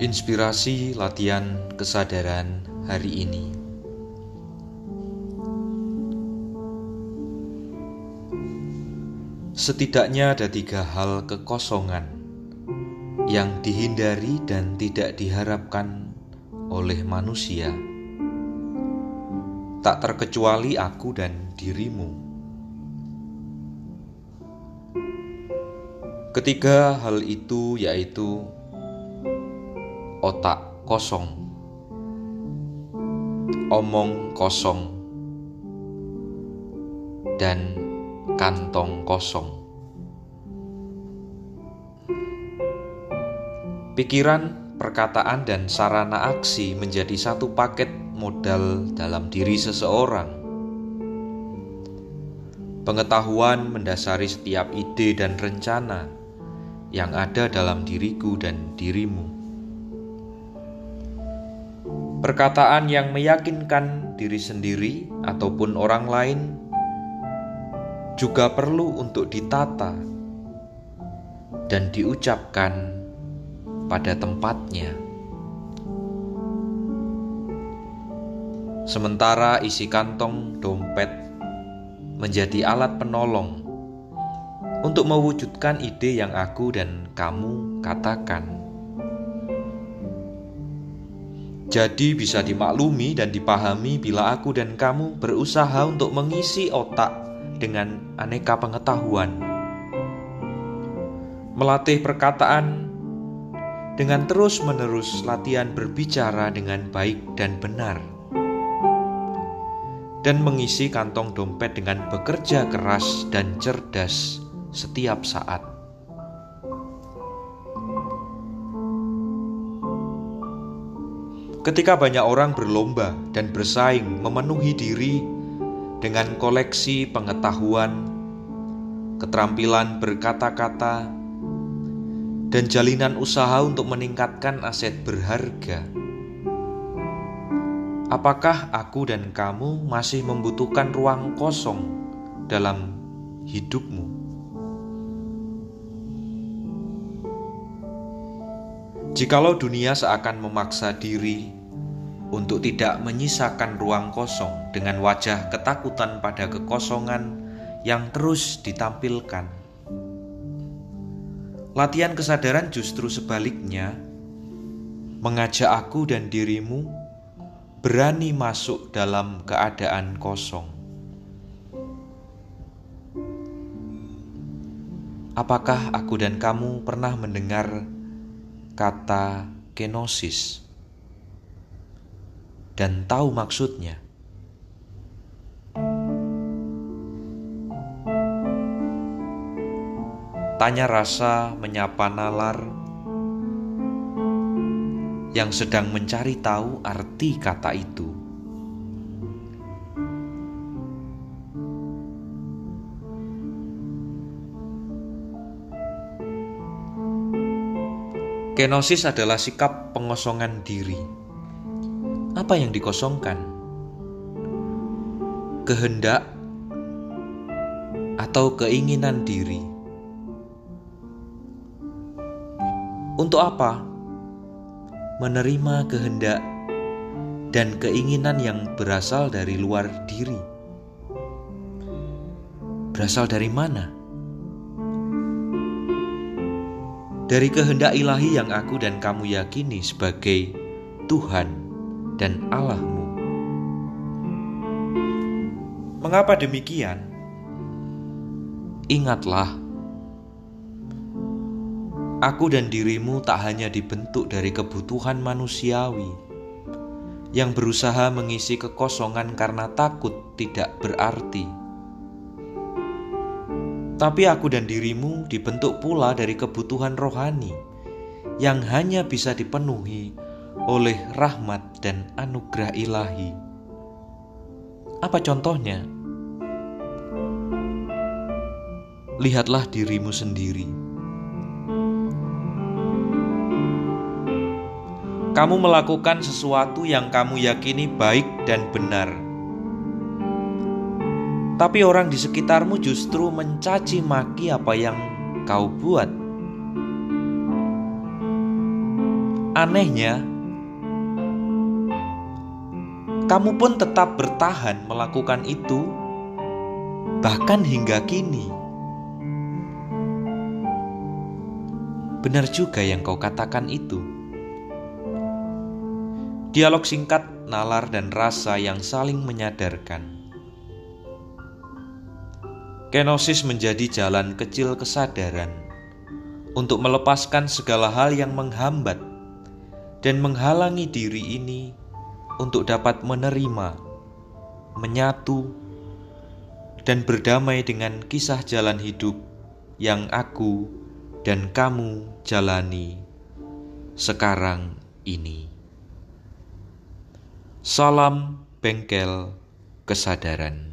Inspirasi latihan kesadaran hari ini. Setidaknya ada 3 hal kekosongan yang dihindari dan tidak diharapkan oleh manusia, tak terkecuali aku dan dirimu. Ketiga hal itu yaitu otak kosong, omong kosong, dan kantong kosong. Pikiran, perkataan, dan sarana aksi menjadi satu paket modal dalam diri seseorang. Pengetahuan mendasari setiap ide dan rencana yang ada dalam diriku dan dirimu. Perkataan yang meyakinkan diri sendiri ataupun orang lain juga perlu untuk ditata dan diucapkan pada tempatnya. Sementara isi kantong dompet menjadi alat penolong untuk mewujudkan ide yang aku dan kamu katakan. Jadi bisa dimaklumi dan dipahami bila aku dan kamu berusaha untuk mengisi otak dengan aneka pengetahuan, melatih perkataan dengan terus-menerus latihan berbicara dengan baik dan benar, dan mengisi kantong dompet dengan bekerja keras dan cerdas setiap saat. Ketika banyak orang berlomba dan bersaing memenuhi diri dengan koleksi pengetahuan, keterampilan berkata-kata, dan jalinan usaha untuk meningkatkan aset berharga, apakah aku dan kamu masih membutuhkan ruang kosong dalam hidupmu? Jikalau dunia seakan memaksa diri untuk tidak menyisakan ruang kosong dengan wajah ketakutan pada kekosongan yang terus ditampilkan, latihan kesadaran justru sebaliknya mengajak aku dan dirimu berani masuk dalam keadaan kosong. Apakah aku dan kamu pernah mendengar kata kenosis dan tahu maksudnya? Tanya rasa menyapa nalar yang sedang mencari tahu arti kata itu. Kenosis adalah sikap pengosongan diri. Apa yang dikosongkan? Kehendak atau keinginan diri? Untuk apa? Menerima kehendak dan keinginan yang berasal dari luar diri. Berasal dari mana? Dari kehendak ilahi yang aku dan kamu yakini sebagai Tuhan dan Allahmu. Mengapa demikian? Ingatlah, aku dan dirimu tak hanya dibentuk dari kebutuhan manusiawi yang berusaha mengisi kekosongan karena takut tidak berarti. Tapi aku dan dirimu dibentuk pula dari kebutuhan rohani yang hanya bisa dipenuhi oleh rahmat dan anugerah ilahi. Apa contohnya? Lihatlah dirimu sendiri. Kamu melakukan sesuatu yang kamu yakini baik dan benar, tapi orang di sekitarmu justru mencaci maki apa yang kau buat. Anehnya, kamu pun tetap bertahan melakukan itu, bahkan hingga kini. Benar juga yang kau katakan itu. Dialog singkat, nalar dan rasa yang saling menyadarkan. Kenosis menjadi jalan kecil kesadaran untuk melepaskan segala hal yang menghambat dan menghalangi diri ini untuk dapat menerima, menyatu, dan berdamai dengan kisah jalan hidup yang aku dan kamu jalani sekarang ini. Salam bengkel kesadaran.